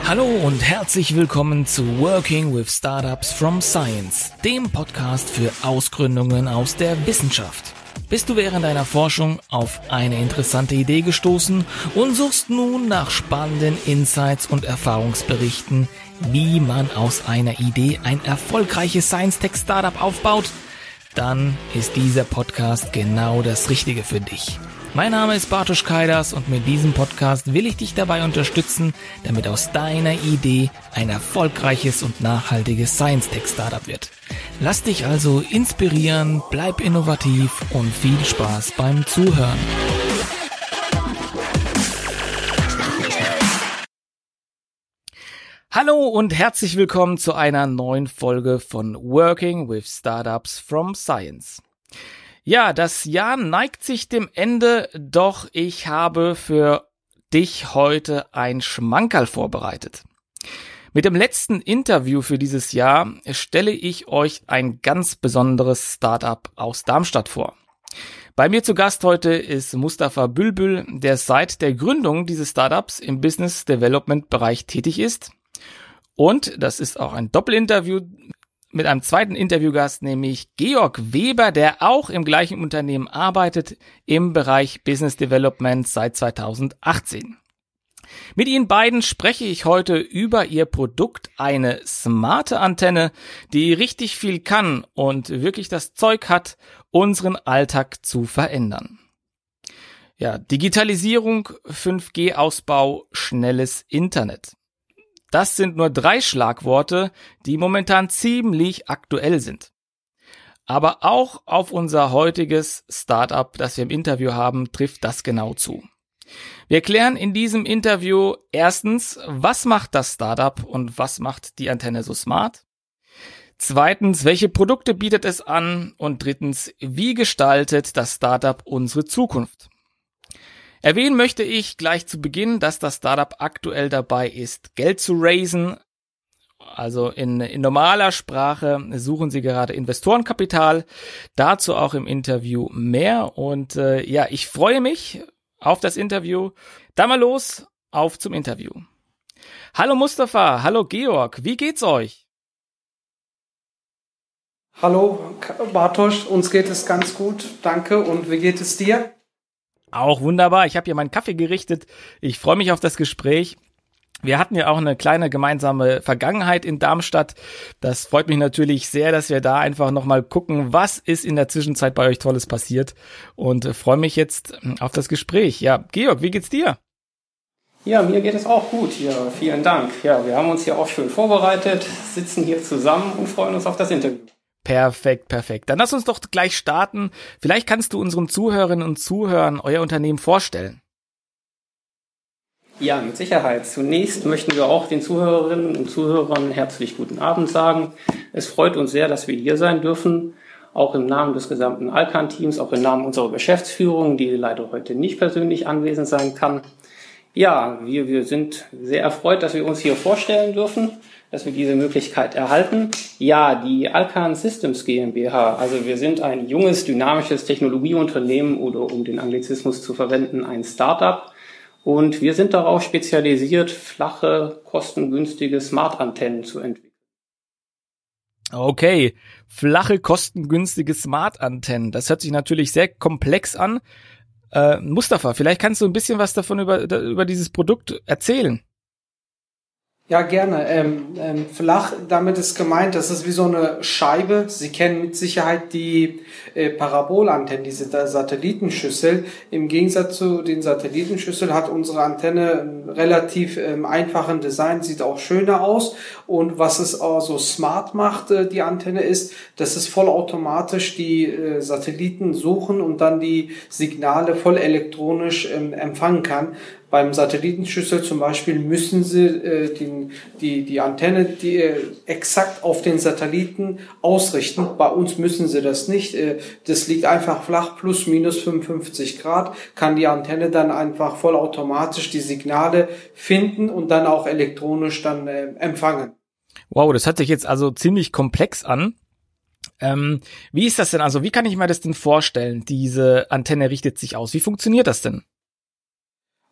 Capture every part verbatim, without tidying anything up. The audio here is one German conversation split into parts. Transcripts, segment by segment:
Hallo und herzlich willkommen zu Working with Startups from Science, dem Podcast für Ausgründungen aus der Wissenschaft. Bist du während deiner Forschung auf eine interessante Idee gestoßen und suchst nun nach spannenden Insights und Erfahrungsberichten, wie man aus einer Idee ein erfolgreiches Science-Tech-Startup aufbaut? Dann ist dieser Podcast genau das Richtige für dich. Mein Name ist Bartosz Kaidas und mit diesem Podcast will ich dich dabei unterstützen, damit aus deiner Idee ein erfolgreiches und nachhaltiges Science-Tech-Startup wird. Lass dich also inspirieren, bleib innovativ und viel Spaß beim Zuhören. Hallo und herzlich willkommen zu einer neuen Folge von Working with Startups from Science. Ja, das Jahr neigt sich dem Ende, doch ich habe für dich heute ein Schmankerl vorbereitet. Mit dem letzten Interview für dieses Jahr stelle ich euch ein ganz besonderes Startup aus Darmstadt vor. Bei mir zu Gast heute ist Mustafa Bülbül, der seit der Gründung dieses Startups im Business Development Bereich tätig ist. Und das ist auch ein Doppelinterview mit einem zweiten Interviewgast, nämlich Georg Weber, der auch im gleichen Unternehmen arbeitet, im Bereich Business Development seit zweitausendachtzehn. Mit Ihnen beiden spreche ich heute über Ihr Produkt, eine smarte Antenne, die richtig viel kann und wirklich das Zeug hat, unseren Alltag zu verändern. Ja, Digitalisierung, fünf G-Ausbau, schnelles Internet. Das sind nur drei Schlagworte, die momentan ziemlich aktuell sind. Aber auch auf unser heutiges Startup, das wir im Interview haben, trifft das genau zu. Wir klären in diesem Interview erstens, was macht das Startup und was macht die Antenne so smart? Zweitens, welche Produkte bietet es an? Und drittens, wie gestaltet das Startup unsere Zukunft? Erwähnen möchte ich gleich zu Beginn, dass das Startup aktuell dabei ist, Geld zu raisen. Also in, in normaler Sprache suchen sie gerade Investorenkapital. Dazu auch im Interview mehr. Und äh, ja, ich freue mich auf das Interview. Dann mal los, auf zum Interview. Hallo Mustafa, hallo Georg, wie geht's euch? Hallo Bartosz, uns geht es ganz gut, danke. Und wie geht es dir? Auch wunderbar. Ich habe hier meinen Kaffee gerichtet. Ich freue mich auf das Gespräch. Wir hatten ja auch eine kleine gemeinsame Vergangenheit in Darmstadt. Das freut mich natürlich sehr, dass wir da einfach nochmal gucken, was ist in der Zwischenzeit bei euch Tolles passiert. Und freue mich jetzt auf das Gespräch. Ja, Georg, wie geht's dir? Ja, mir geht es auch gut. Ja, vielen Dank. Ja, wir haben uns hier auch schön vorbereitet, sitzen hier zusammen und freuen uns auf das Interview. Perfekt, perfekt. Dann lass uns doch gleich starten. Vielleicht kannst du unseren Zuhörerinnen und Zuhörern euer Unternehmen vorstellen. Ja, mit Sicherheit. Zunächst möchten wir auch den Zuhörerinnen und Zuhörern herzlich guten Abend sagen. Es freut uns sehr, dass wir hier sein dürfen, auch im Namen des gesamten Alcan-Teams, auch im Namen unserer Geschäftsführung, die leider heute nicht persönlich anwesend sein kann. Ja, wir, wir sind sehr erfreut, dass wir uns hier vorstellen dürfen, dass wir diese Möglichkeit erhalten. Ja, die Alcan Systems GmbH, also wir sind ein junges, dynamisches Technologieunternehmen oder um den Anglizismus zu verwenden, ein Startup. Und wir sind darauf spezialisiert, flache, kostengünstige Smart-Antennen zu entwickeln. Okay, flache, kostengünstige Smart-Antennen. Das hört sich natürlich sehr komplex an. Äh, Mustafa, vielleicht kannst du ein bisschen was davon über, über dieses Produkt erzählen. Ja, gerne. Ähm, ähm, flach, damit ist gemeint, das ist wie so eine Scheibe. Sie kennen mit Sicherheit die äh, Parabolantennen, diese Satellitenschüssel. Im Gegensatz zu den Satellitenschüsseln hat unsere Antenne einen relativ ähm, einfachen Design, sieht auch schöner aus. Und was es auch so smart macht, äh, die Antenne ist, dass es vollautomatisch die äh, Satelliten suchen und dann die Signale voll elektronisch ähm, empfangen kann. Beim Satellitenschüssel zum Beispiel müssen Sie äh, den, die, die Antenne die, äh, exakt auf den Satelliten ausrichten. Bei uns müssen Sie das nicht. Äh, das liegt einfach flach, plus minus fünfundfünfzig Grad, kann die Antenne dann einfach vollautomatisch die Signale finden und dann auch elektronisch dann äh, empfangen. Wow, das hört sich jetzt also ziemlich komplex an. Ähm, wie ist das denn? Also wie kann ich mir das denn vorstellen? Diese Antenne richtet sich aus. Wie funktioniert das denn?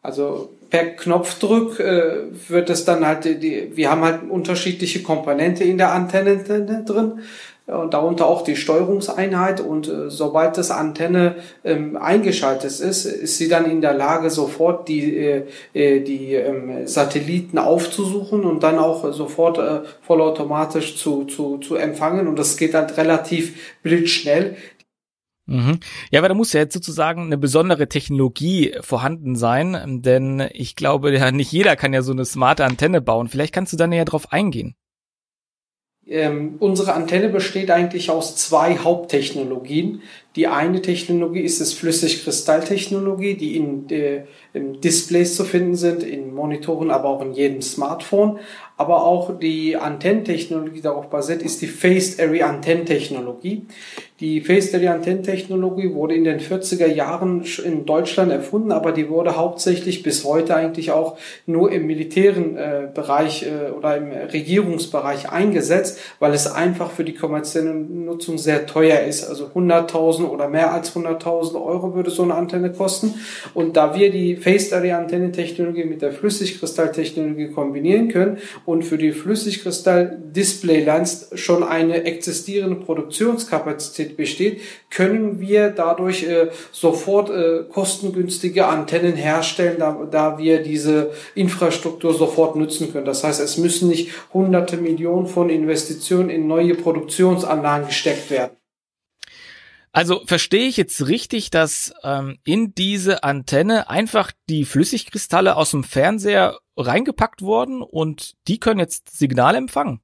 Also per Knopfdruck äh, wird es dann halt, die, wir haben halt unterschiedliche Komponente in der Antenne drin. Und darunter auch die Steuerungseinheit, und äh, sobald das Antenne ähm, eingeschaltet ist, ist sie dann in der Lage, sofort die äh, die ähm, Satelliten aufzusuchen und dann auch sofort äh, vollautomatisch zu zu zu empfangen, und das geht halt relativ blitzschnell. Mhm. Ja, aber da muss ja jetzt sozusagen eine besondere Technologie vorhanden sein, denn ich glaube, ja, nicht jeder kann ja so eine smarte Antenne bauen. Vielleicht kannst du da näher drauf eingehen. Ähm, unsere Antenne besteht eigentlich aus zwei Haupttechnologien. Die eine Technologie ist das Flüssigkristalltechnologie, die in, äh, in Displays zu finden sind, in Monitoren, aber auch in jedem Smartphone. Aber auch die Antennentechnologie, die darauf basiert, ist die Phased Array Antennentechnologie. Die Phased Array Antennentechnologie wurde in den vierziger Jahren in Deutschland erfunden, aber die wurde hauptsächlich bis heute eigentlich auch nur im militären äh, Bereich äh, oder im Regierungsbereich eingesetzt, weil es einfach für die kommerzielle Nutzung sehr teuer ist. Also hunderttausend oder mehr als hunderttausend Euro würde so eine Antenne kosten. Und da wir die Phased Array Antennentechnologie mit der Flüssigkristalltechnologie kombinieren können und für die Flüssigkristall-Display-Lines schon eine existierende Produktionskapazität besteht, können wir dadurch äh, sofort äh, kostengünstige Antennen herstellen, da, da wir diese Infrastruktur sofort nutzen können. Das heißt, es müssen nicht hunderte Millionen von Investitionen in neue Produktionsanlagen gesteckt werden. Also verstehe ich jetzt richtig, dass ähm, in diese Antenne einfach die Flüssigkristalle aus dem Fernseher reingepackt wurden und die können jetzt Signale empfangen?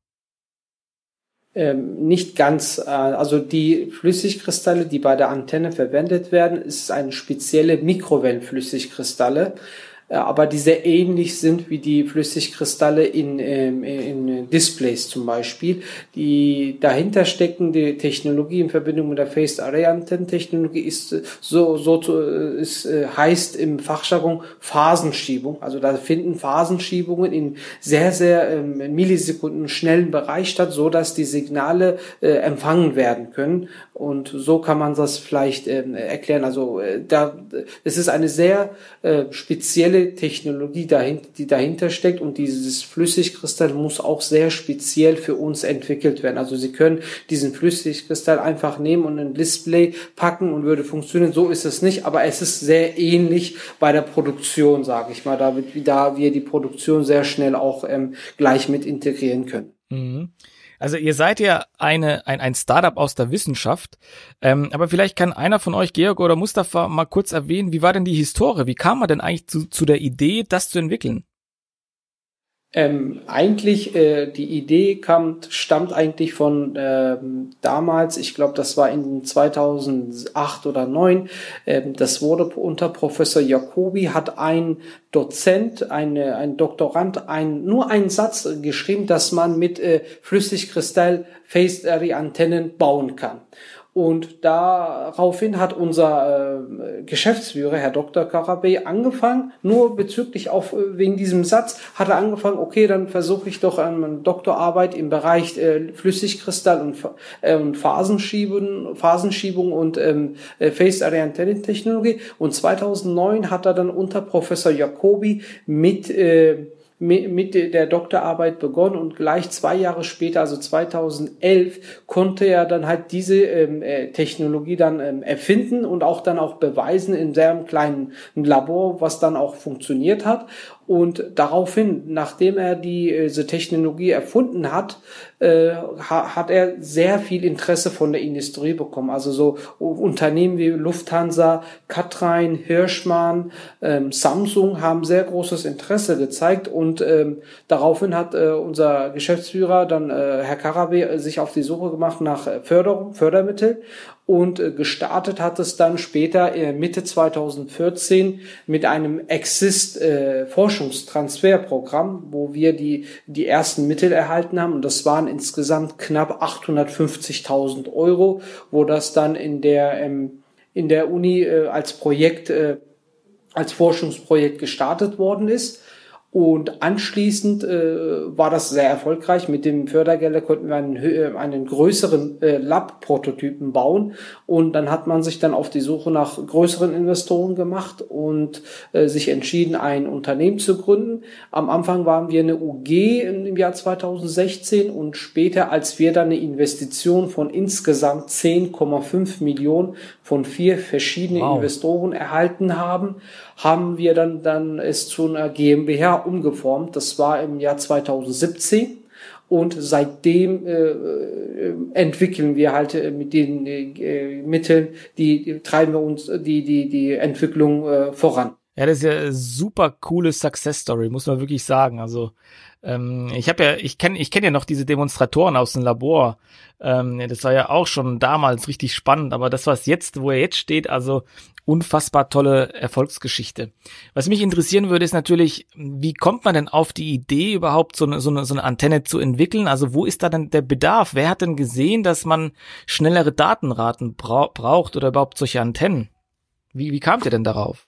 Ähm, nicht ganz. Äh, also die Flüssigkristalle, die bei der Antenne verwendet werden, ist eine spezielle Mikrowellenflüssigkristalle, äh, aber die sehr ähnlich sind wie die Flüssigkristalle in, ähm, in Displays zum Beispiel. Die dahinter steckende Technologie in Verbindung mit der Phased Array Antennentechnologie ist so, so ist, äh, heißt im Fachjargon Phasenschiebung. Also da finden Phasenschiebungen in sehr, sehr ähm, Millisekunden schnellen Bereich statt, so dass die Signale äh, empfangen werden können. Und so kann man das vielleicht ähm, erklären. Also äh, da, es ist eine sehr äh, spezielle Technologie, dahinter, die dahinter steckt, und dieses Flüssigkristall muss auch sehr speziell für uns entwickelt werden. Also Sie können diesen Flüssigkristall einfach nehmen und ein Display packen und würde funktionieren. So ist es nicht, aber es ist sehr ähnlich bei der Produktion, sage ich mal, da, da wir die Produktion sehr schnell auch ähm, gleich mit integrieren können. Mhm. Also ihr seid ja eine ein, ein Startup aus der Wissenschaft, ähm, aber vielleicht kann einer von euch, Georg oder Mustafa, mal kurz erwähnen, wie war denn die Historie? Wie kam man denn eigentlich zu, zu der Idee, das zu entwickeln? Ähm, eigentlich, äh, die Idee kam, stammt eigentlich von ähm, damals, ich glaube, das war in zweitausendacht oder neun, ähm, das wurde unter Professor Jacobi, hat ein Dozent, eine, ein Doktorand, ein, nur einen Satz geschrieben, dass man mit äh, Flüssigkristall Phased Array Antennen bauen kann. Und daraufhin hat unser äh, Geschäftsführer, Herr Doktor Karabey, angefangen, nur bezüglich auf wegen diesem Satz, hat er angefangen, okay, dann versuche ich doch eine Doktorarbeit im Bereich äh, Flüssigkristall und, äh, und Phasenschiebung, Phasenschiebung und ähm, Phased Array Antennentechnologie. Und zweitausendneun hat er dann unter Professor Jacobi mit äh, mit der Doktorarbeit begonnen, und gleich zwei Jahre später, also zweitausendelf, konnte er dann halt diese ähm, Technologie dann ähm, erfinden und auch dann auch beweisen in seinem kleinen Labor, was dann auch funktioniert hat. Und daraufhin, nachdem er diese Technologie erfunden hat, äh, hat er sehr viel Interesse von der Industrie bekommen. Also so Unternehmen wie Lufthansa, Kathrein, Hirschmann, ähm, Samsung haben sehr großes Interesse gezeigt, und ähm, daraufhin hat äh, unser Geschäftsführer dann, äh, Herr Karabey, sich auf die Suche gemacht nach Förderung, Fördermittel. Und äh, gestartet hat es dann später äh, Mitte zweitausendvierzehn mit einem Exist äh, Forschungstransferprogramm, wo wir die die ersten Mittel erhalten haben, und das waren insgesamt knapp achthundertfünfzigtausend Euro, wo das dann in der ähm, in der Uni äh, als Projekt äh, als Forschungsprojekt gestartet worden ist. Und anschließend äh, war das sehr erfolgreich. Mit dem Fördergelder konnten wir einen, einen größeren äh, Lab-Prototypen bauen. Und dann hat man sich dann auf die Suche nach größeren Investoren gemacht und äh, sich entschieden, ein Unternehmen zu gründen. Am Anfang waren wir eine U G im Jahr zweitausendsechzehn und später, als wir dann eine Investition von insgesamt zehn Komma fünf Millionen von vier verschiedenen wow. Investoren erhalten haben, haben wir dann, dann es zu einer GmbH umgeformt. Das war im Jahr zweitausendsiebzehn und seitdem äh, entwickeln wir halt äh, mit den äh, Mitteln, die, die treiben wir uns die die die Entwicklung äh, voran. Ja, das ist ja eine super coole Success Story, muss man wirklich sagen. Also ähm, ich habe ja, ich kenne, ich kenne ja noch diese Demonstratoren aus dem Labor. Ähm, das war ja auch schon damals richtig spannend, aber das, was jetzt, wo er jetzt steht, also unfassbar tolle Erfolgsgeschichte. Was mich interessieren würde, ist natürlich, wie kommt man denn auf die Idee, überhaupt so eine, so eine, so eine Antenne zu entwickeln? Also wo ist da denn der Bedarf? Wer hat denn gesehen, dass man schnellere Datenraten bra- braucht oder überhaupt solche Antennen? Wie, wie kamt ihr denn darauf?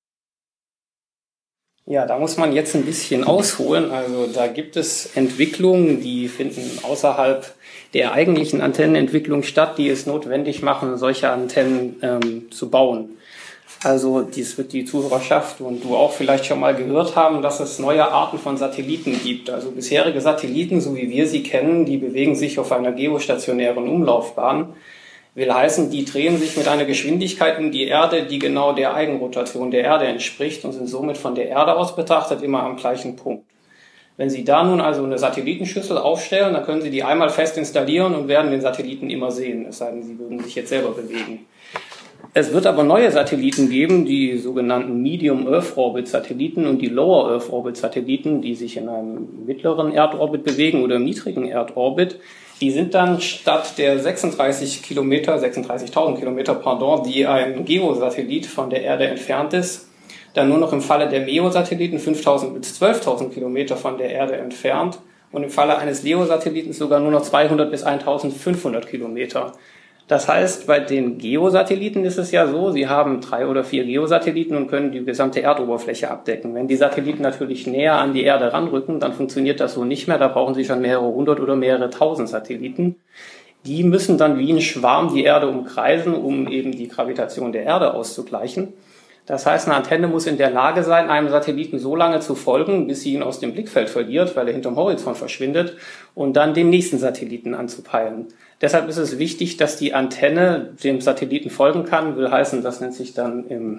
Ja, da muss man jetzt ein bisschen ausholen. Also da gibt es Entwicklungen, die finden außerhalb der eigentlichen Antennenentwicklung statt, die es notwendig machen, solche Antennen ähm, zu bauen. Also dies wird die Zuhörerschaft und du auch vielleicht schon mal gehört haben, dass es neue Arten von Satelliten gibt. Also bisherige Satelliten, so wie wir sie kennen, die bewegen sich auf einer geostationären Umlaufbahn. Will heißen, die drehen sich mit einer Geschwindigkeit um die Erde, die genau der Eigenrotation der Erde entspricht und sind somit von der Erde aus betrachtet immer am gleichen Punkt. Wenn Sie da nun also eine Satellitenschüssel aufstellen, dann können Sie die einmal fest installieren und werden den Satelliten immer sehen, es sei denn, Sie würden sich jetzt selber bewegen. Es wird aber neue Satelliten geben, die sogenannten Medium Earth Orbit Satelliten und die Lower Earth Orbit Satelliten, die sich in einem mittleren Erdorbit bewegen oder im niedrigen Erdorbit. Die sind dann statt der sechsunddreißig Kilometer, sechsunddreißigtausend Kilometer, pardon, die ein Geosatellit von der Erde entfernt ist, dann nur noch im Falle der MEO-Satelliten fünftausend bis zwölftausend Kilometer von der Erde entfernt und im Falle eines LEO-Satelliten sogar nur noch zweihundert bis eintausendfünfhundert Kilometer. Das heißt, bei den Geosatelliten ist es ja so, sie haben drei oder vier Geosatelliten und können die gesamte Erdoberfläche abdecken. Wenn die Satelliten natürlich näher an die Erde ranrücken, dann funktioniert das so nicht mehr. Da brauchen sie schon mehrere hundert oder mehrere tausend Satelliten. Die müssen dann wie ein Schwarm die Erde umkreisen, um eben die Gravitation der Erde auszugleichen. Das heißt, eine Antenne muss in der Lage sein, einem Satelliten so lange zu folgen, bis sie ihn aus dem Blickfeld verliert, weil er hinterm Horizont verschwindet, und dann den nächsten Satelliten anzupeilen. Deshalb ist es wichtig, dass die Antenne dem Satelliten folgen kann. Will heißen, das nennt sich dann im,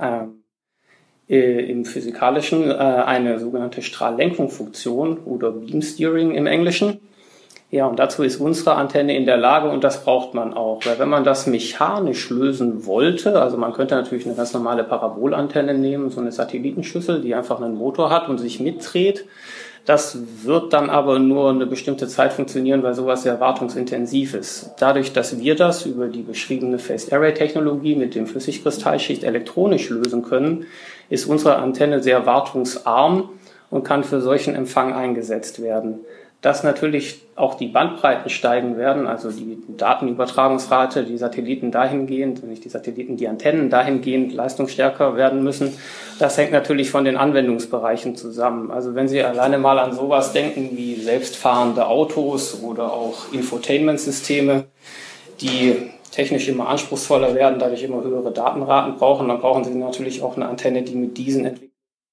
äh, im Physikalischen äh, eine sogenannte Strahllenkungsfunktion oder Beam Steering im Englischen. Ja, und dazu ist unsere Antenne in der Lage und das braucht man auch. Weil wenn man das mechanisch lösen wollte, also man könnte natürlich eine ganz normale Parabolantenne nehmen, so eine Satellitenschüssel, die einfach einen Motor hat und sich mitdreht. Das wird dann aber nur eine bestimmte Zeit funktionieren, weil sowas sehr wartungsintensiv ist. Dadurch, dass wir das über die beschriebene Phased-Array-Technologie mit dem Flüssigkristallschicht elektronisch lösen können, ist unsere Antenne sehr wartungsarm und kann für solchen Empfang eingesetzt werden. Dass natürlich auch die Bandbreiten steigen werden, also die Datenübertragungsrate, die Satelliten dahingehend, nicht die Satelliten, die Antennen dahingehend leistungsstärker werden müssen, das hängt natürlich von den Anwendungsbereichen zusammen. Also wenn Sie alleine mal an sowas denken wie selbstfahrende Autos oder auch Infotainment-Systeme, die technisch immer anspruchsvoller werden, dadurch immer höhere Datenraten brauchen, dann brauchen Sie natürlich auch eine Antenne, die mit diesen entwickelt.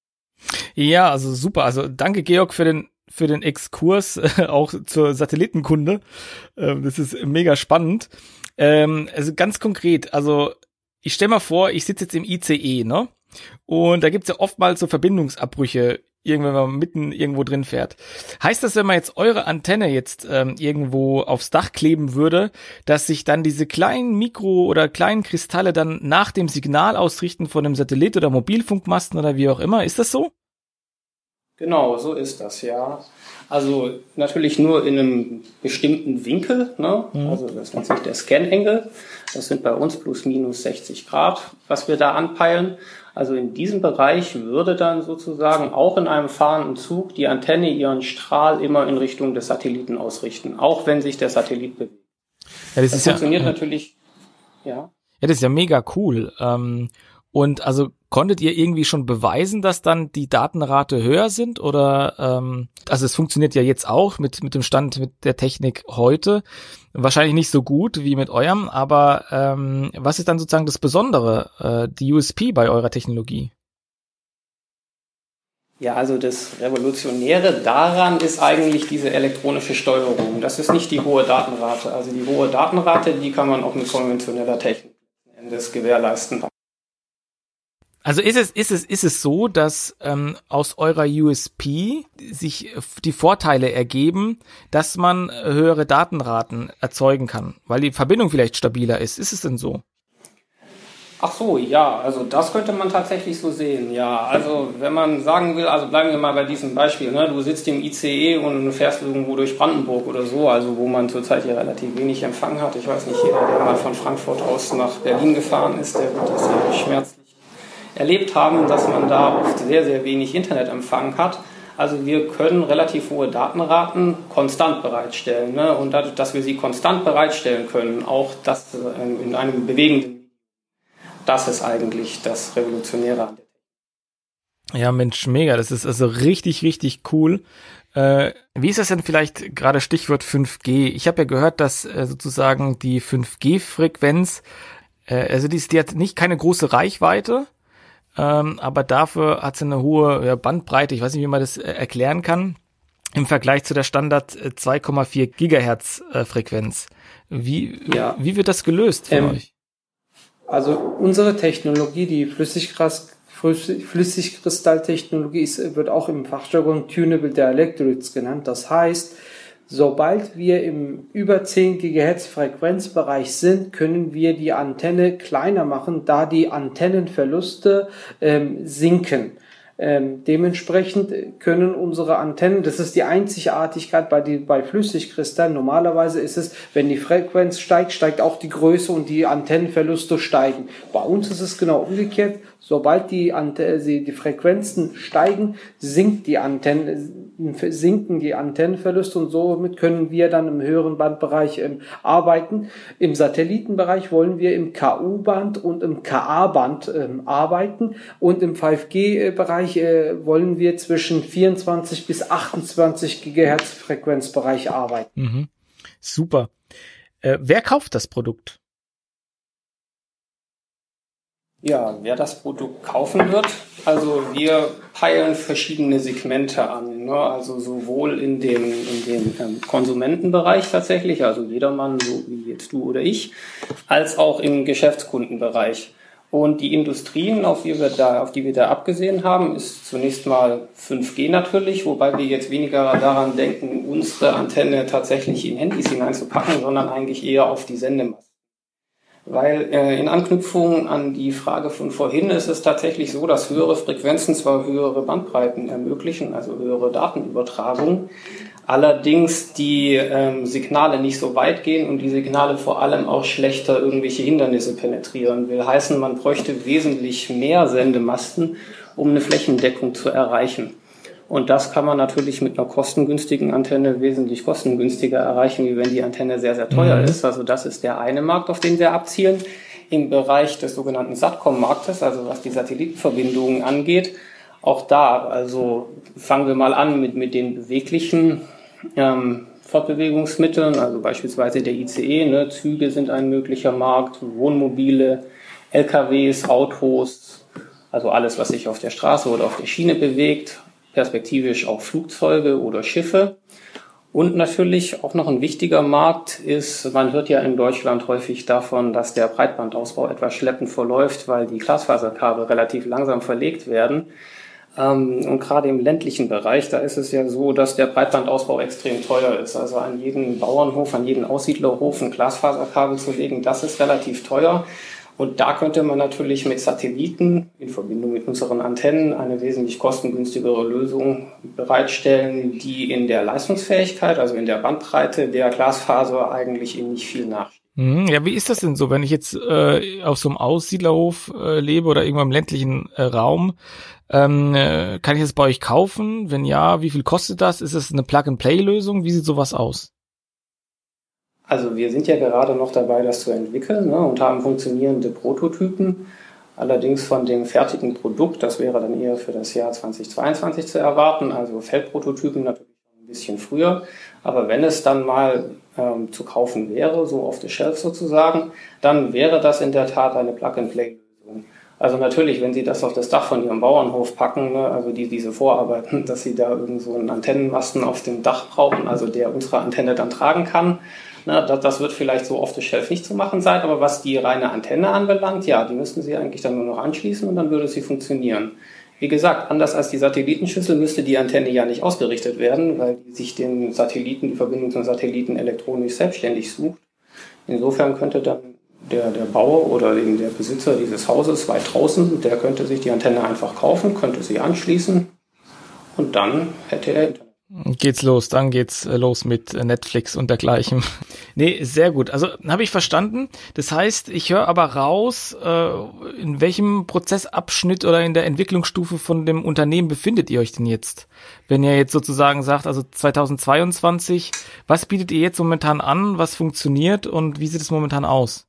Ja, also super. Also danke, Georg, für den für den Exkurs äh, auch zur Satellitenkunde. Ähm, das ist mega spannend. Ähm, also ganz konkret, also ich stell mal vor, ich sitze jetzt im I C E, ne? Und da gibt's ja oftmals so Verbindungsabbrüche, irgendwann man mitten irgendwo drin fährt. Heißt das, wenn man jetzt eure Antenne jetzt ähm, irgendwo aufs Dach kleben würde, dass sich dann diese kleinen Mikro- oder kleinen Kristalle dann nach dem Signal ausrichten von einem Satellit oder Mobilfunkmasten oder wie auch immer? Ist das so? Genau, so ist das, ja. Also natürlich nur in einem bestimmten Winkel, ne? Mhm. Also das nennt sich der Scan-Angle. Das sind bei uns plus minus sechzig Grad, was wir da anpeilen. Also in diesem Bereich würde dann sozusagen auch in einem fahrenden Zug die Antenne ihren Strahl immer in Richtung des Satelliten ausrichten, auch wenn sich der Satellit bewegt. Ja, das, das ist funktioniert ja, natürlich, ja. Ja, das ist ja mega cool. Ähm, und also konntet ihr irgendwie schon beweisen, dass dann die Datenrate höher sind? Oder ähm, also es funktioniert ja jetzt auch mit mit dem Stand mit der Technik heute. Wahrscheinlich nicht so gut wie mit eurem, aber ähm, was ist dann sozusagen das Besondere, äh, die U S P bei eurer Technologie? Ja, also das Revolutionäre daran ist eigentlich diese elektronische Steuerung. Das ist nicht die hohe Datenrate. Also die hohe Datenrate, die kann man auch mit konventioneller Technik das gewährleisten. Also ist es ist es ist es so, dass ähm, aus eurer U S P sich die Vorteile ergeben, dass man höhere Datenraten erzeugen kann, weil die Verbindung vielleicht stabiler ist. Ist es denn so? Ach so, ja, also das könnte man tatsächlich so sehen, ja. Also wenn man sagen will, also bleiben wir mal bei diesem Beispiel, ne? Du sitzt im I C E und fährst irgendwo durch Brandenburg oder so, also wo man zurzeit hier relativ wenig Empfang hat. Ich weiß nicht, jeder, der mal von Frankfurt aus nach Berlin gefahren ist, der wird das sehr schmerzlich erlebt haben, dass man da oft sehr, sehr wenig Internetempfang hat. Also wir können relativ hohe Datenraten konstant bereitstellen, ne? Und dadurch, dass wir sie konstant bereitstellen können, auch das in einem bewegenden, das ist eigentlich das Revolutionäre an der Technik. Ja, Mensch, mega. Das ist also richtig, richtig cool. Äh, wie ist das denn vielleicht gerade Stichwort fünf G? Ich habe ja gehört, dass äh, sozusagen die fünf G-Frequenz, äh, also die, ist, die hat nicht keine große Reichweite, ähm, aber dafür hat sie eine hohe ja, Bandbreite. Ich weiß nicht, wie man das äh, erklären kann, im Vergleich zu der Standard äh, zwei Komma vier Gigahertz äh, Frequenz. Wie, ja. wie wird das gelöst von ähm. euch? Also unsere Technologie, die Flüssigkristalltechnologie, ist, wird auch im Fachjargon Tunable Dielectrics genannt. Das heißt, sobald wir im über zehn Gigahertz Frequenzbereich sind, können wir die Antenne kleiner machen, da die Antennenverluste ähm, sinken. Ähm, dementsprechend können unsere Antennen, das ist die Einzigartigkeit bei, die, bei Flüssigkristallen, normalerweise ist es, wenn die Frequenz steigt, steigt auch die Größe und die Antennenverluste steigen. Bei uns ist es genau umgekehrt, sobald die, Ante- die Frequenzen steigen, sinkt die Antenne, sinken die Antennenverluste und somit können wir dann im höheren Bandbereich ähm, arbeiten. Im Satellitenbereich wollen wir im K U-Band und im K A-Band ähm, arbeiten und im fünf G-Bereich äh, wollen wir zwischen vierundzwanzig bis achtundzwanzig Gigahertz Frequenzbereich arbeiten. Mhm. Super. Äh, wer kauft das Produkt? Ja, wer das Produkt kaufen wird, also wir peilen verschiedene Segmente an, ne? Also sowohl in dem, in dem ähm, Konsumentenbereich tatsächlich, also jedermann, so wie jetzt du oder ich, als auch im Geschäftskundenbereich. Und die Industrien, auf die wir da, auf die wir da abgesehen haben, ist zunächst mal fünf G natürlich, wobei wir jetzt weniger daran denken, unsere Antenne tatsächlich in Handys hineinzupacken, sondern eigentlich eher auf die Sendemasten. Weil äh, in Anknüpfung an die Frage von vorhin ist es tatsächlich so, dass höhere Frequenzen zwar höhere Bandbreiten ermöglichen, also höhere Datenübertragung, allerdings die ähm, Signale nicht so weit gehen und die Signale vor allem auch schlechter irgendwelche Hindernisse penetrieren. Will heißen, man bräuchte wesentlich mehr Sendemasten, um eine Flächendeckung zu erreichen. Und das kann man natürlich mit einer kostengünstigen Antenne wesentlich kostengünstiger erreichen, wie wenn die Antenne sehr, sehr teuer mhm. ist. Also das ist der eine Markt, auf den wir abzielen. Im Bereich des sogenannten Satcom-Marktes, also was die Satellitenverbindungen angeht, auch da, also fangen wir mal an mit, mit den beweglichen ähm, Fortbewegungsmitteln, also beispielsweise der I C E, ne? Züge sind ein möglicher Markt, Wohnmobile, L K Ws, Autos, also alles, was sich auf der Straße oder auf der Schiene bewegt. Perspektivisch auch Flugzeuge oder Schiffe. Und natürlich auch noch ein wichtiger Markt ist, man hört ja in Deutschland häufig davon, dass der Breitbandausbau etwas schleppend verläuft, weil die Glasfaserkabel relativ langsam verlegt werden. Und gerade im ländlichen Bereich, da ist es ja so, dass der Breitbandausbau extrem teuer ist. Also an jeden Bauernhof, an jeden Aussiedlerhof ein Glasfaserkabel zu legen, das ist relativ teuer. Und da könnte man natürlich mit Satelliten in Verbindung mit unseren Antennen eine wesentlich kostengünstigere Lösung bereitstellen, die in der Leistungsfähigkeit, also in der Bandbreite der Glasfaser eigentlich eben nicht viel nachsteht. Ja, wie ist das denn so, wenn ich jetzt äh, auf so einem Aussiedlerhof äh, lebe oder irgendwo im ländlichen äh, Raum? Ähm, äh, kann ich das bei euch kaufen? Wenn ja, wie viel kostet das? Ist es eine Plug-and-Play-Lösung? Wie sieht sowas aus? Also wir sind ja gerade noch dabei, das zu entwickeln, ne, und haben funktionierende Prototypen. Allerdings von dem fertigen Produkt, das wäre dann eher für das Jahr zweitausendzweiundzwanzig zu erwarten, also Feldprototypen natürlich ein bisschen früher. Aber wenn es dann mal ähm, zu kaufen wäre, so off the shelf sozusagen, dann wäre das in der Tat eine Plug-and-Play-Lösung. Also natürlich, wenn Sie das auf das Dach von Ihrem Bauernhof packen, ne, also die, diese Vorarbeiten, dass Sie da irgend so einen Antennenmasten auf dem Dach brauchen, also der unsere Antenne dann tragen kann, ne, das, das wird vielleicht so off the shelf nicht zu machen sein, aber was die reine Antenne anbelangt, ja, die müssten Sie eigentlich dann nur noch anschließen und dann würde sie funktionieren. Wie gesagt, anders als die Satellitenschüssel müsste die Antenne ja nicht ausgerichtet werden, weil die sich den Satelliten, die Verbindung zum Satelliten elektronisch selbstständig sucht. Insofern könnte dann der, der Bauer oder eben der Besitzer dieses Hauses weit draußen, der könnte sich die Antenne einfach kaufen, könnte sie anschließen und dann hätte er Internet. Geht's los, dann geht's los mit Netflix und dergleichen. Nee, sehr gut. Also habe ich verstanden. Das heißt, ich höre aber raus, äh, in welchem Prozessabschnitt oder in der Entwicklungsstufe von dem Unternehmen befindet ihr euch denn jetzt? Wenn ihr jetzt sozusagen sagt, also zweitausendzweiundzwanzig, was bietet ihr jetzt momentan an, was funktioniert und wie sieht es momentan aus?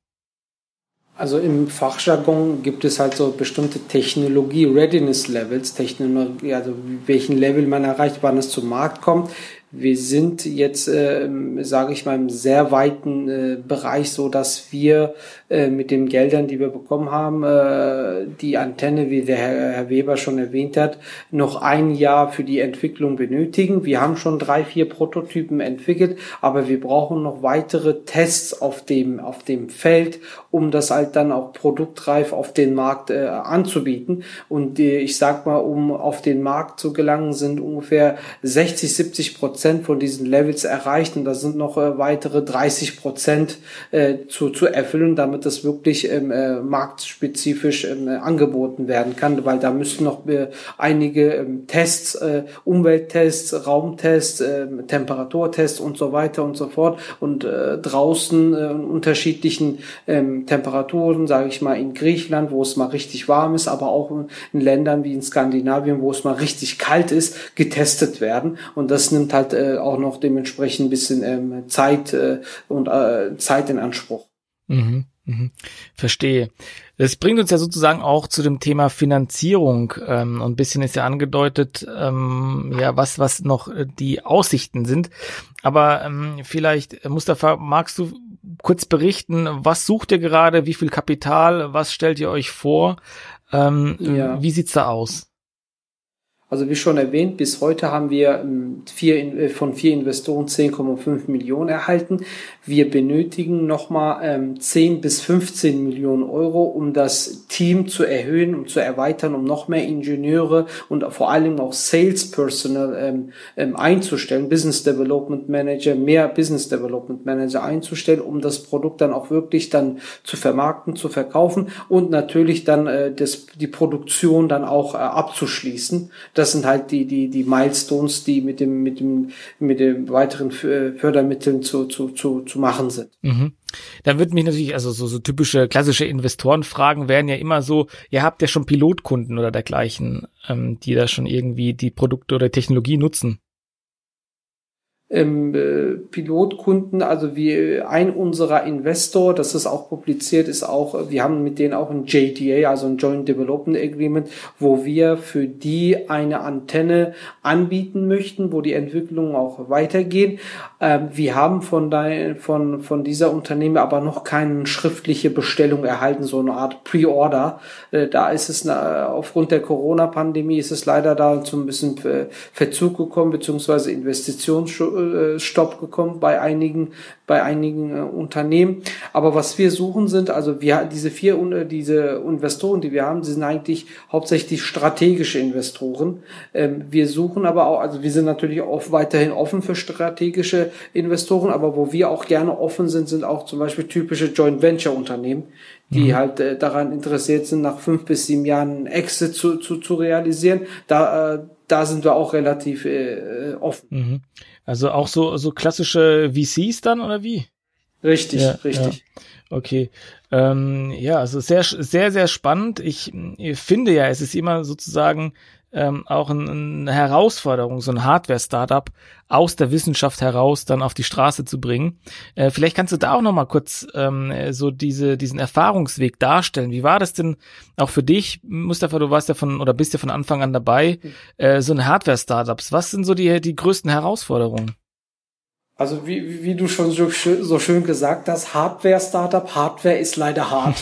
Also im Fachjargon gibt es halt so bestimmte Technologie-Readiness-Levels, Technologie, also welchen Level man erreicht, wann es zum Markt kommt. Wir sind jetzt, äh, sage ich mal, im sehr weiten äh, Bereich, so dass wir äh, mit den Geldern, die wir bekommen haben, äh, die Antenne, wie der Herr, Herr Weber schon erwähnt hat, noch ein Jahr für die Entwicklung benötigen. Wir haben schon drei, vier Prototypen entwickelt, aber wir brauchen noch weitere Tests auf dem auf dem Feld, um das halt dann auch produktreif auf den Markt äh, anzubieten. Und äh, ich sag mal, um auf den Markt zu gelangen, sind ungefähr sechzig, siebzig Prozent von diesen Levels erreicht und da sind noch äh, weitere dreißig Prozent äh, zu, zu erfüllen, damit das wirklich ähm, äh, marktspezifisch ähm, äh, angeboten werden kann, weil da müssen noch äh, einige ähm, Tests, äh, Umwelttests, Raumtests, äh, Temperaturtests und so weiter und so fort und äh, draußen äh, in unterschiedlichen ähm, Temperaturen, sage ich mal in Griechenland, wo es mal richtig warm ist, aber auch in, in Ländern wie in Skandinavien, wo es mal richtig kalt ist, getestet werden und das nimmt halt äh, auch noch dementsprechend ein bisschen ähm, Zeit äh, und äh, Zeit in Anspruch. Mhm, mhm. Verstehe. Das bringt uns ja sozusagen auch zu dem Thema Finanzierung ähm, und ein bisschen ist ja angedeutet, ähm, ja was was noch die Aussichten sind. Aber ähm, vielleicht, Mustafa, magst du kurz berichten, was sucht ihr gerade, wie viel Kapital, was stellt ihr euch vor, ähm, ja. Wie sieht's da aus? Also wie schon erwähnt, bis heute haben wir vier, von vier Investoren zehn Komma fünf Millionen erhalten. Wir benötigen nochmal ähm, zehn bis fünfzehn Millionen Euro, um das Team zu erhöhen und zu erweitern, um noch mehr Ingenieure und vor allem auch Sales Personnel ähm, ähm, einzustellen, Business Development Manager, mehr Business Development Manager einzustellen, um das Produkt dann auch wirklich dann zu vermarkten, zu verkaufen und natürlich dann äh, das, die Produktion dann auch äh, abzuschließen. Das sind halt die die die Milestones, die mit dem mit dem mit den weiteren Fördermitteln zu zu zu zu machen sind. Mhm. Dann wird mich natürlich, also so so typische klassische Investorenfragen wären ja immer so: Ihr habt ja schon Pilotkunden oder dergleichen, ähm, die da schon irgendwie die Produkte oder Technologie nutzen. Ähm, äh, Pilotkunden, also wie ein unserer Investor, das ist auch publiziert, ist auch, wir haben mit denen auch ein J D A, also ein Joint Development Agreement, wo wir für die eine Antenne anbieten möchten, wo die Entwicklungen auch weitergehen. Ähm, wir haben von, de, von, von dieser Unternehmen aber noch keine schriftliche Bestellung erhalten, so eine Art Pre-Order. Äh, da ist es, na, aufgrund der Corona-Pandemie ist es leider da zu ein bisschen Verzug gekommen, beziehungsweise Investitionsschutz Stopp gekommen bei einigen bei einigen äh, Unternehmen. Aber was wir suchen sind, also wir diese vier äh, diese Investoren, die wir haben, die sind eigentlich hauptsächlich strategische Investoren. Ähm, wir suchen aber auch, also wir sind natürlich auch weiterhin offen für strategische Investoren, aber wo wir auch gerne offen sind, sind auch zum Beispiel typische Joint Venture Unternehmen, die mhm. halt äh, daran interessiert sind, nach fünf bis sieben Jahren einen Exit zu zu, zu realisieren. Da äh, da sind wir auch relativ äh, offen. Mhm. Also auch so so klassische V Cs dann, oder wie? Richtig, ja, richtig. Ja. Okay. Ähm, ja, also sehr, sehr, sehr spannend. Ich, ich finde ja, es ist immer sozusagen ähm, auch ein, eine Herausforderung, so ein Hardware-Startup aus der Wissenschaft heraus dann auf die Straße zu bringen. Äh, vielleicht kannst du da auch noch mal kurz ähm, so diese diesen Erfahrungsweg darstellen. Wie war das denn auch für dich, Mustafa? Du warst ja von oder bist ja von Anfang an dabei. Äh, so ein Hardware-Startups. Was sind so die die größten Herausforderungen? Also wie, wie du schon so, so schön gesagt hast, Hardware-Startup, Hardware ist leider hart.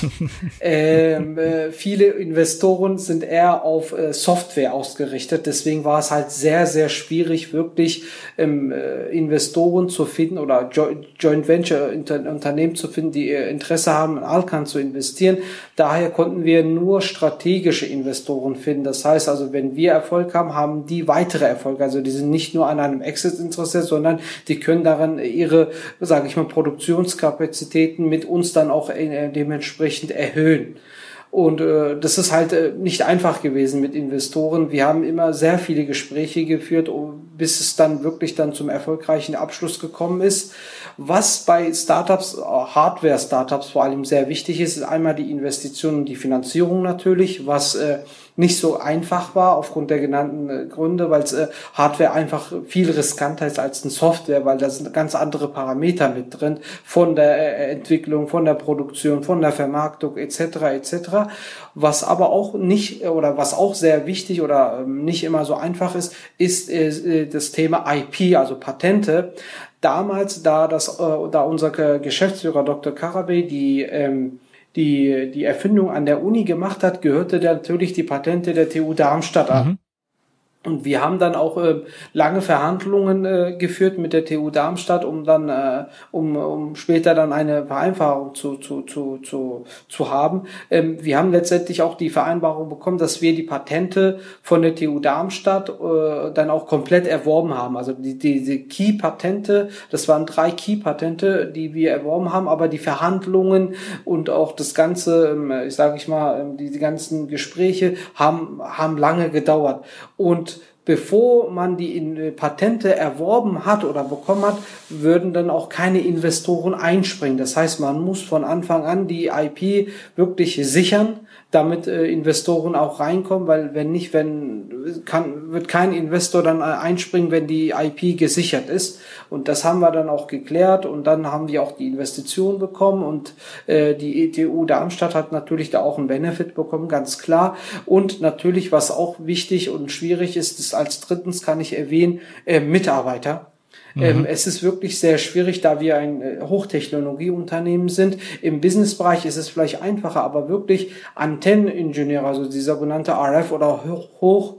ähm, äh, viele Investoren sind eher auf äh, Software ausgerichtet, deswegen war es halt sehr, sehr schwierig, wirklich ähm, äh, Investoren zu finden oder jo- Joint Venture Inter- Unternehmen zu finden, die äh, Interesse haben, in Alcan zu investieren. Daher konnten wir nur strategische Investoren finden. Das heißt also, wenn wir Erfolg haben, haben die weitere Erfolge. Also die sind nicht nur an einem Exit interessiert, sondern die können daran ihre, sage ich mal, Produktionskapazitäten mit uns dann auch äh, dementsprechend erhöhen. Und äh, das ist halt äh, nicht einfach gewesen mit Investoren. Wir haben immer sehr viele Gespräche geführt, bis es dann wirklich dann zum erfolgreichen Abschluss gekommen ist. Was bei Startups, Hardware-Startups vor allem sehr wichtig ist, ist einmal die Investition und die Finanzierung natürlich, was äh, nicht so einfach war aufgrund der genannten äh, Gründe, weil äh, Hardware einfach viel riskanter ist als eine Software, weil da sind ganz andere Parameter mit drin, von der äh, Entwicklung, von der Produktion, von der Vermarktung et cetera et cetera. Was aber auch nicht oder was auch sehr wichtig oder ähm, nicht immer so einfach ist, ist äh, das Thema I P, also Patente. Damals, da das, äh, da unser Geschäftsführer Doktor Karabey die ähm, die die Erfindung an der Uni gemacht hat, gehörte der natürlich die Patente der T U Darmstadt an. Mhm. Und wir haben dann auch äh, lange Verhandlungen äh, geführt mit der T U Darmstadt, um dann äh, um um später dann eine Vereinbarung zu zu zu zu zu haben. Ähm, wir haben letztendlich auch die Vereinbarung bekommen, dass wir die Patente von der T U Darmstadt äh, dann auch komplett erworben haben. Also die diese Key-Patente, das waren drei Key-Patente, die wir erworben haben, aber die Verhandlungen und auch das ganze, äh, ich sage ich mal, äh, die, die ganzen Gespräche haben haben lange gedauert. Und bevor man die Patente erworben hat oder bekommen hat, würden dann auch keine Investoren einspringen. Das heißt, man muss von Anfang an die I P wirklich sichern, damit äh, Investoren auch reinkommen, weil wenn nicht, wenn kann, wird kein Investor dann einspringen, wenn die I P gesichert ist. Und das haben wir dann auch geklärt und dann haben wir auch die Investition bekommen und äh, die E T U Darmstadt hat natürlich da auch einen Benefit bekommen, ganz klar. Und natürlich, was auch wichtig und schwierig ist, ist als drittens kann ich erwähnen, äh, Mitarbeiter. Mhm. Ähm, es ist wirklich sehr schwierig, da wir ein äh, Hochtechnologieunternehmen sind. Im Businessbereich ist es vielleicht einfacher, aber wirklich Antenneningenieure, also die sogenannte R F oder Hoch,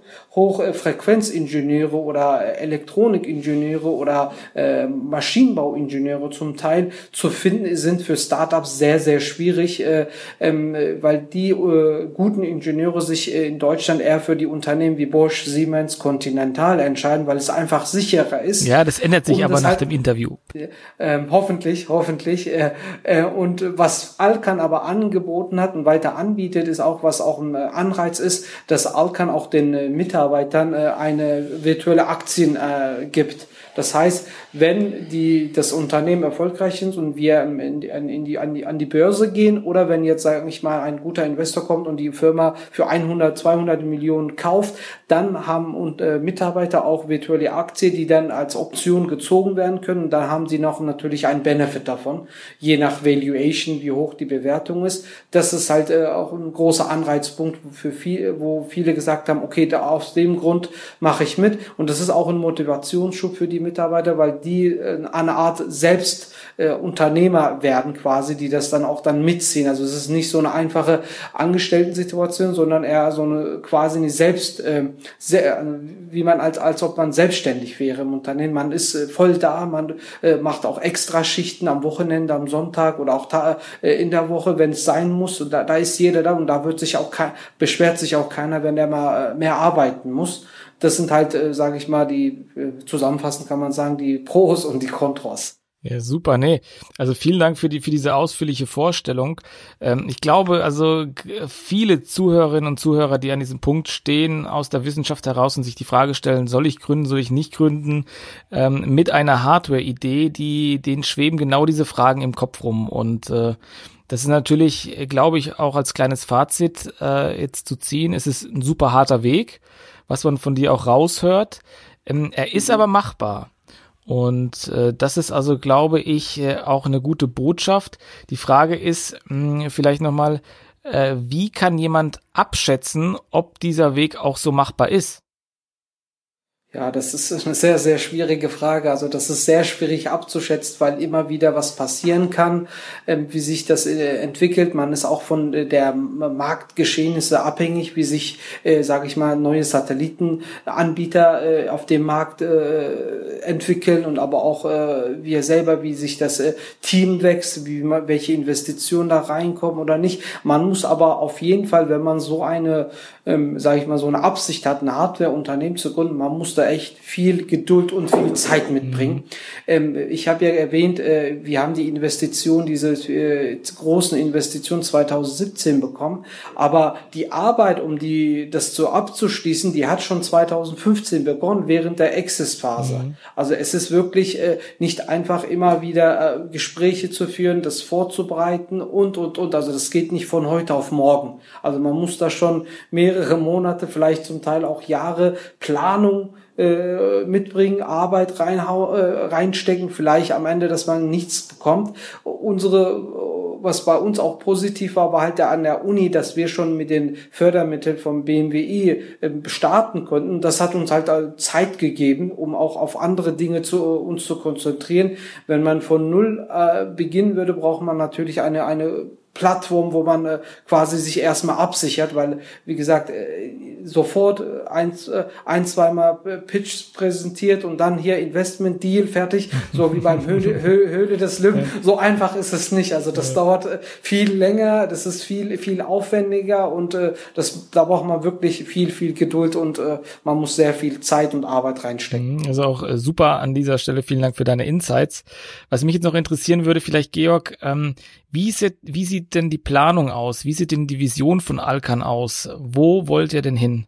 Hochfrequenzingenieure oder Elektronikingenieure oder äh, Maschinenbauingenieure zum Teil zu finden, sind für Startups sehr, sehr schwierig, äh, ähm, weil die äh, guten Ingenieure sich äh, in Deutschland eher für die Unternehmen wie Bosch, Siemens, Continental entscheiden, weil es einfach sicherer ist. Ja, das ändert sich aber nach halt, dem Interview. Äh, hoffentlich, hoffentlich. Äh, äh, und was Alcan aber angeboten hat und weiter anbietet, ist auch, was auch ein Anreiz ist, dass Alcan auch den äh, Mitarbeitern äh, eine virtuelle Aktien äh, gibt. Das heißt, wenn die das Unternehmen erfolgreich ist und wir in die, in die, an, die, an die Börse gehen oder wenn jetzt, sage ich mal, ein guter Investor kommt und die Firma für hundert, zweihundert Millionen kauft, dann haben und, äh, Mitarbeiter auch virtuelle Aktien, die dann als Option gezogen werden können. Und dann haben sie noch natürlich einen Benefit davon, je nach Valuation, wie hoch die Bewertung ist. Das ist halt äh, auch ein großer Anreizpunkt für viel, wo viele gesagt haben, okay, da aus dem Grund mache ich mit. Und das ist auch ein Motivationsschub für die Mitarbeiter, weil die äh, eine Art selbst äh, Unternehmer werden quasi, die das dann auch dann mitziehen. Also es ist nicht so eine einfache Angestellten-Situation, sondern eher so eine quasi eine selbst, äh, sehr, wie man als als ob man selbstständig wäre im Unternehmen. Man ist äh, voll da, man äh, macht auch Extraschichten am Wochenende, am Sonntag oder auch ta- äh, in der Woche, wenn es sein muss. Und da, da ist jeder da und da wird sich auch kein, beschwert sich auch keiner, wenn der mal äh, mehr arbeiten muss. Das sind halt, äh, sage ich mal, die äh, zusammenfassend kann man sagen, die Pros und die Kontras. Ja, super, nee. Also vielen Dank für die für diese ausführliche Vorstellung. Ähm, ich glaube, also viele Zuhörerinnen und Zuhörer, die an diesem Punkt stehen, aus der Wissenschaft heraus und sich die Frage stellen, soll ich gründen, soll ich nicht gründen, ähm, mit einer Hardware-Idee, die denen schweben genau diese Fragen im Kopf rum. Und äh, das ist natürlich, glaube ich, auch als kleines Fazit äh, jetzt zu ziehen. Es ist ein super harter Weg, was man von dir auch raushört. Ähm, er ist aber machbar. Und äh, das ist also, glaube ich, äh, auch eine gute Botschaft. Die Frage ist mh, vielleicht nochmal, äh, wie kann jemand abschätzen, ob dieser Weg auch so machbar ist? Ja, das ist eine sehr, sehr schwierige Frage. Also das ist sehr schwierig abzuschätzen, weil immer wieder was passieren kann, ähm, wie sich das äh, entwickelt. Man ist auch von äh, der Marktgeschehnisse abhängig, wie sich, äh, sage ich mal, neue Satellitenanbieter äh, auf dem Markt äh, entwickeln und aber auch äh, wir selber, wie sich das äh, Team wächst, wie man, welche Investitionen da reinkommen oder nicht. Man muss aber auf jeden Fall, wenn man so eine, ähm, sage ich mal, so eine Absicht hat, ein Hardware-Unternehmen zu gründen, man muss da echt viel Geduld und viel Zeit mitbringen. Ähm, ich habe ja erwähnt, äh, wir haben die Investition, diese äh, großen Investitionen zwanzig siebzehn bekommen, aber die Arbeit, um die das so abzuschließen, die hat schon zwanzig fünfzehn begonnen, während der Access-Phase. Mhm. Also es ist wirklich äh, nicht einfach immer wieder äh, Gespräche zu führen, das vorzubereiten und, und, und. Also das geht nicht von heute auf morgen. Also man muss da schon mehrere Monate, vielleicht zum Teil auch Jahre Planung äh, mitbringen, Arbeit reinhau, äh, reinstecken, vielleicht am Ende, dass man nichts bekommt. Unsere, was bei uns auch positiv war, war halt da an der Uni, dass wir schon mit den Fördermitteln vom B M W I äh, starten konnten. Das hat uns halt Zeit gegeben, um auch auf andere Dinge zu uns zu konzentrieren. Wenn man von Null äh, beginnen würde, braucht man natürlich eine eine Plattform, wo man äh, quasi sich erstmal absichert, weil, wie gesagt, äh, sofort äh, ein, äh, ein, zweimal Pitch präsentiert und dann hier Investment Deal fertig, so wie beim Höhle, Höhle, Höhle des Löwen. So einfach ist es nicht. Also das ja. dauert äh, viel länger, das ist viel, viel aufwendiger und äh, das, da braucht man wirklich viel, viel Geduld und äh, man muss sehr viel Zeit und Arbeit reinstecken. Also auch äh, super an dieser Stelle. Vielen Dank für deine Insights. Was mich jetzt noch interessieren würde, vielleicht Georg, ähm, Wie sieht, wie sieht denn die Planung aus? Wie sieht denn die Vision von Alcan aus? Wo wollt ihr denn hin?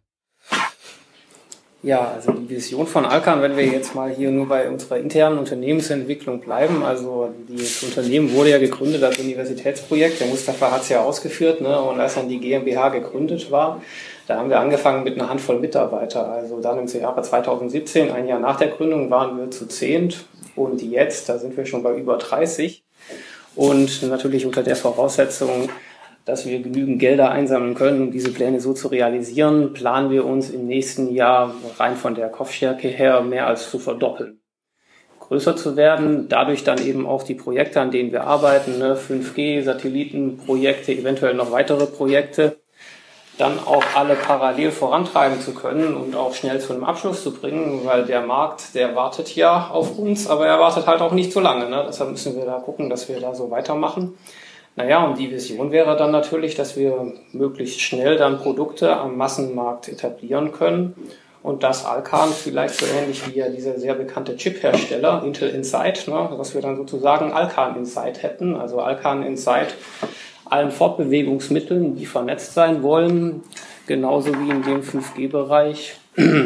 Ja, also die Vision von Alcan, wenn wir jetzt mal hier nur bei unserer internen Unternehmensentwicklung bleiben, also das Unternehmen wurde ja gegründet als Universitätsprojekt, der Mustafa hat es ja ausgeführt, ne, und als dann die GmbH gegründet war, da haben wir angefangen mit einer Handvoll Mitarbeiter, also dann im Jahre zwanzig siebzehn, ein Jahr nach der Gründung, waren wir zu zehnt und jetzt, da sind wir schon bei über dreißig. Und natürlich unter der Voraussetzung, dass wir genügend Gelder einsammeln können, um diese Pläne so zu realisieren, planen wir uns im nächsten Jahr rein von der Kopfstärke her mehr als zu verdoppeln. Größer zu werden, dadurch dann eben auch die Projekte, an denen wir arbeiten, ne, fünf G, Satellitenprojekte, eventuell noch weitere Projekte, dann auch alle parallel vorantreiben zu können und auch schnell zu einem Abschluss zu bringen, weil der Markt, der wartet ja auf uns, aber er wartet halt auch nicht so lange. Ne? Deshalb müssen wir da gucken, dass wir da so weitermachen. Naja, und die Vision wäre dann natürlich, dass wir möglichst schnell dann Produkte am Massenmarkt etablieren können und dass Alcan vielleicht so ähnlich wie ja dieser sehr bekannte Chip-Hersteller, Intel Inside, ne, dass wir dann sozusagen Alcan Inside hätten, also Alcan Inside allen Fortbewegungsmitteln, die vernetzt sein wollen, genauso wie in dem fünf G-Bereich,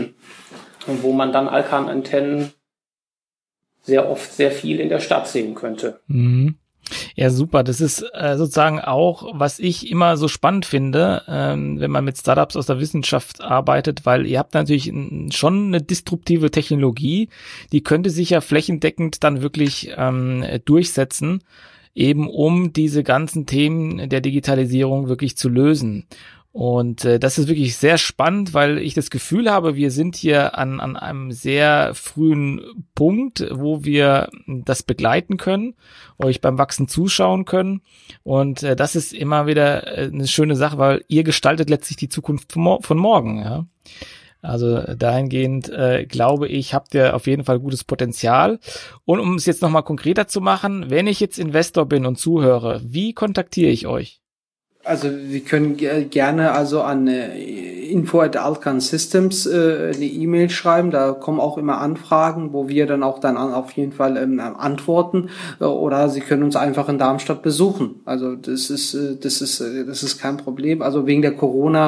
wo man dann Alcan-Antennen sehr oft sehr viel in der Stadt sehen könnte. Mhm. Ja, super. Das ist äh, sozusagen auch, was ich immer so spannend finde, ähm, wenn man mit Startups aus der Wissenschaft arbeitet, weil ihr habt natürlich n- schon eine disruptive Technologie, die könnte sich ja flächendeckend dann wirklich ähm, durchsetzen, eben um diese ganzen Themen der Digitalisierung wirklich zu lösen. Und äh, das ist wirklich sehr spannend, weil ich das Gefühl habe, wir sind hier an, an einem sehr frühen Punkt, wo wir das begleiten können, euch beim Wachsen zuschauen können. Und äh, das ist immer wieder äh, eine schöne Sache, weil ihr gestaltet letztlich die Zukunft von, mor- von morgen. Ja? Also dahingehend äh, glaube ich, habt ihr auf jeden Fall gutes Potenzial. Und um es jetzt nochmal konkreter zu machen, wenn ich jetzt Investor bin und zuhöre, wie kontaktiere ich euch? Also wir können g- gerne also an äh, info at alcan systems äh, eine E-Mail schreiben. Da kommen auch immer Anfragen, wo wir dann auch dann an, auf jeden Fall ähm, antworten. Äh, oder Sie können uns einfach in Darmstadt besuchen. Also das ist äh, das ist äh, das ist kein Problem. Also wegen der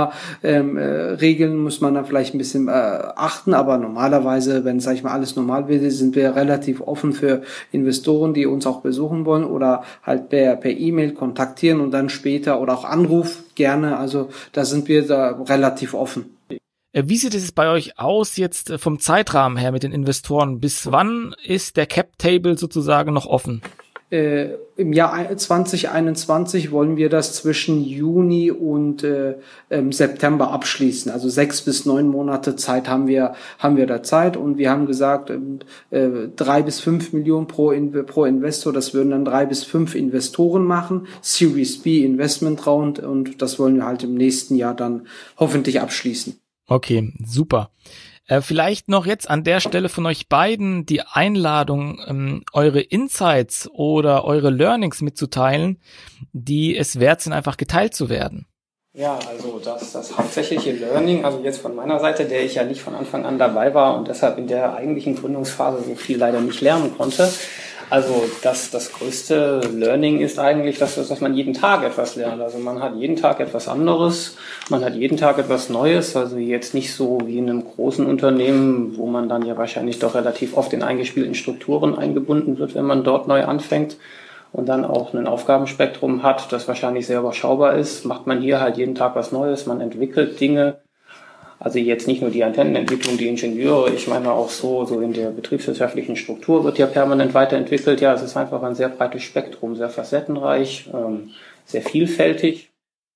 Corona-Regeln ähm, äh, muss man da vielleicht ein bisschen äh, achten. Aber normalerweise, wenn sag ich mal alles normal wird, sind wir relativ offen für Investoren, die uns auch besuchen wollen oder halt per per E-Mail kontaktieren und dann später oder auch Anruf gerne. Also da sind wir da relativ offen. Wie sieht es bei euch aus jetzt vom Zeitrahmen her mit den Investoren? Bis wann ist der Cap-Table sozusagen noch offen? Äh, im Jahr zwanzig einundzwanzig wollen wir das zwischen Juni und äh, ähm, September abschließen. Also sechs bis neun Monate Zeit haben wir haben wir da Zeit und wir haben gesagt äh, drei bis fünf Millionen pro in, pro Investor. Das würden dann drei bis fünf Investoren machen. Series B Investment Round und das wollen wir halt im nächsten Jahr dann hoffentlich abschließen. Okay, super. Äh, vielleicht noch jetzt an der Stelle von euch beiden die Einladung, ähm, eure Insights oder eure Learnings mitzuteilen, die es wert sind, einfach geteilt zu werden. Ja, also das, das hauptsächliche Learning, also jetzt von meiner Seite, der ich ja nicht von Anfang an dabei war und deshalb in der eigentlichen Gründungsphase so viel leider nicht lernen konnte. Also das, das größte Learning ist eigentlich, dass, dass man jeden Tag etwas lernt. Also man hat jeden Tag etwas anderes, man hat jeden Tag etwas Neues. Also jetzt nicht so wie in einem großen Unternehmen, wo man dann ja wahrscheinlich doch relativ oft in eingespielten Strukturen eingebunden wird, wenn man dort neu anfängt und dann auch ein Aufgabenspektrum hat, das wahrscheinlich sehr überschaubar ist, macht man hier halt jeden Tag was Neues, man entwickelt Dinge. Also jetzt nicht nur die Antennenentwicklung, die Ingenieure, ich meine auch so, so in der betriebswirtschaftlichen Struktur wird ja permanent weiterentwickelt. Ja, es ist einfach ein sehr breites Spektrum, sehr facettenreich, ähm, sehr vielfältig.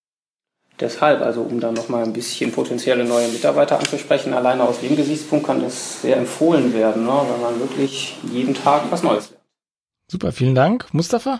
Deshalb, also um dann nochmal ein bisschen potenzielle neue Mitarbeiter anzusprechen, alleine aus dem Gesichtspunkt kann es sehr empfohlen werden, ne, wenn man wirklich jeden Tag was Neues lernt. Super, vielen Dank. Mustafa?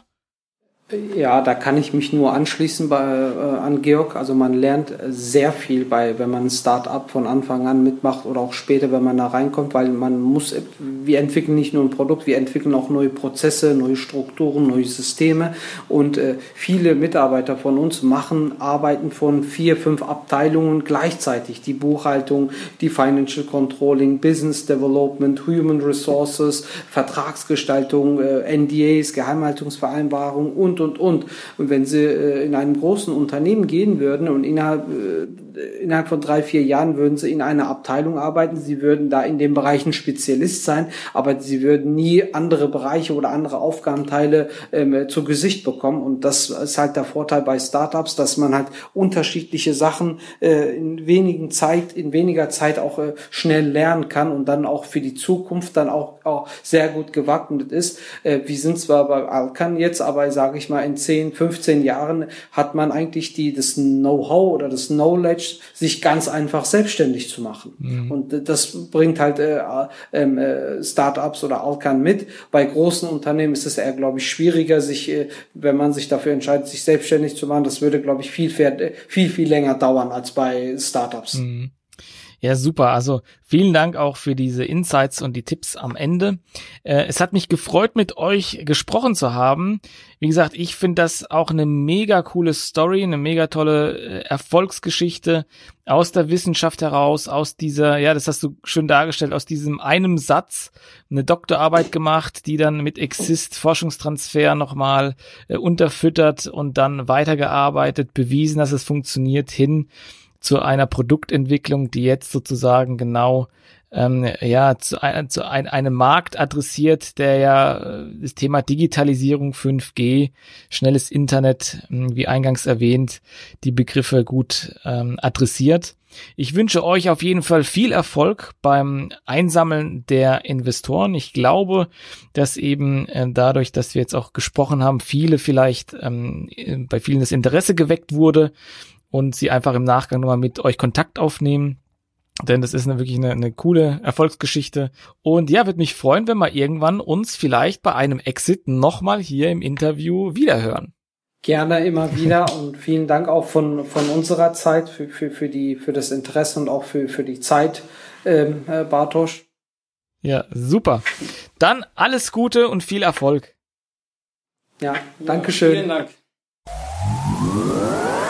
Ja, da kann ich mich nur anschließen bei, äh, an Georg. Also man lernt sehr viel bei, wenn man ein Start-up von Anfang an mitmacht oder auch später, wenn man da reinkommt, weil man muss, wir entwickeln nicht nur ein Produkt, wir entwickeln auch neue Prozesse, neue Strukturen, neue Systeme und äh, viele Mitarbeiter von uns machen Arbeiten von vier, fünf Abteilungen gleichzeitig. Die Buchhaltung, die Financial Controlling, Business Development, Human Resources, Vertragsgestaltung, äh, N D As, Geheimhaltungsvereinbarungen und und, und. Und wenn Sie äh, in einem großen Unternehmen gehen würden und innerhalb, äh, innerhalb von drei, vier Jahren würden Sie in einer Abteilung arbeiten, Sie würden da in den Bereichen Spezialist sein, aber Sie würden nie andere Bereiche oder andere Aufgabenteile ähm, zu Gesicht bekommen. Und das ist halt der Vorteil bei Startups, dass man halt unterschiedliche Sachen äh, in wenigen Zeit, in weniger Zeit auch äh, schnell lernen kann und dann auch für die Zukunft dann auch, auch sehr gut gewappnet ist. Äh, wir sind zwar bei Alcan jetzt, aber sage ich mal, in zehn, fünfzehn Jahren hat man eigentlich die, das Know-how oder das Knowledge, sich ganz einfach selbstständig zu machen. Mhm. Und das bringt halt äh, äh, Startups oder Alcan mit. Bei großen Unternehmen ist es eher, glaube ich, schwieriger, sich, äh, wenn man sich dafür entscheidet, sich selbstständig zu machen. Das würde, glaube ich, viel, viel, viel länger dauern als bei Startups. Mhm. Ja, super. Also vielen Dank auch für diese Insights und die Tipps am Ende. Äh, es hat mich gefreut, mit euch gesprochen zu haben. Wie gesagt, ich finde das auch eine mega coole Story, eine mega tolle äh, Erfolgsgeschichte aus der Wissenschaft heraus, aus dieser, ja, das hast du schön dargestellt, aus diesem einem Satz eine Doktorarbeit gemacht, die dann mit Exist Forschungstransfer nochmal äh, unterfüttert und dann weitergearbeitet, bewiesen, dass es funktioniert, hin zu einer Produktentwicklung, die jetzt sozusagen genau ähm, ja zu, ein, zu ein, einem Markt adressiert, der ja das Thema Digitalisierung, fünf G, schnelles Internet, wie eingangs erwähnt, die Begriffe gut ähm, adressiert. Ich wünsche euch auf jeden Fall viel Erfolg beim Einsammeln der Investoren. Ich glaube, dass eben äh, dadurch, dass wir jetzt auch gesprochen haben, viele vielleicht ähm, bei vielen das Interesse geweckt wurde und sie einfach im Nachgang nochmal mit euch Kontakt aufnehmen. Denn das ist eine, wirklich eine, eine coole Erfolgsgeschichte. Und ja, würde mich freuen, wenn wir irgendwann uns vielleicht bei einem Exit nochmal hier im Interview wiederhören. Gerne immer wieder und vielen Dank auch von von unserer Zeit für für für die für das Interesse und auch für für die Zeit, ähm, Bartosz. Ja, super. Dann alles Gute und viel Erfolg. Ja, danke schön. Vielen Dank.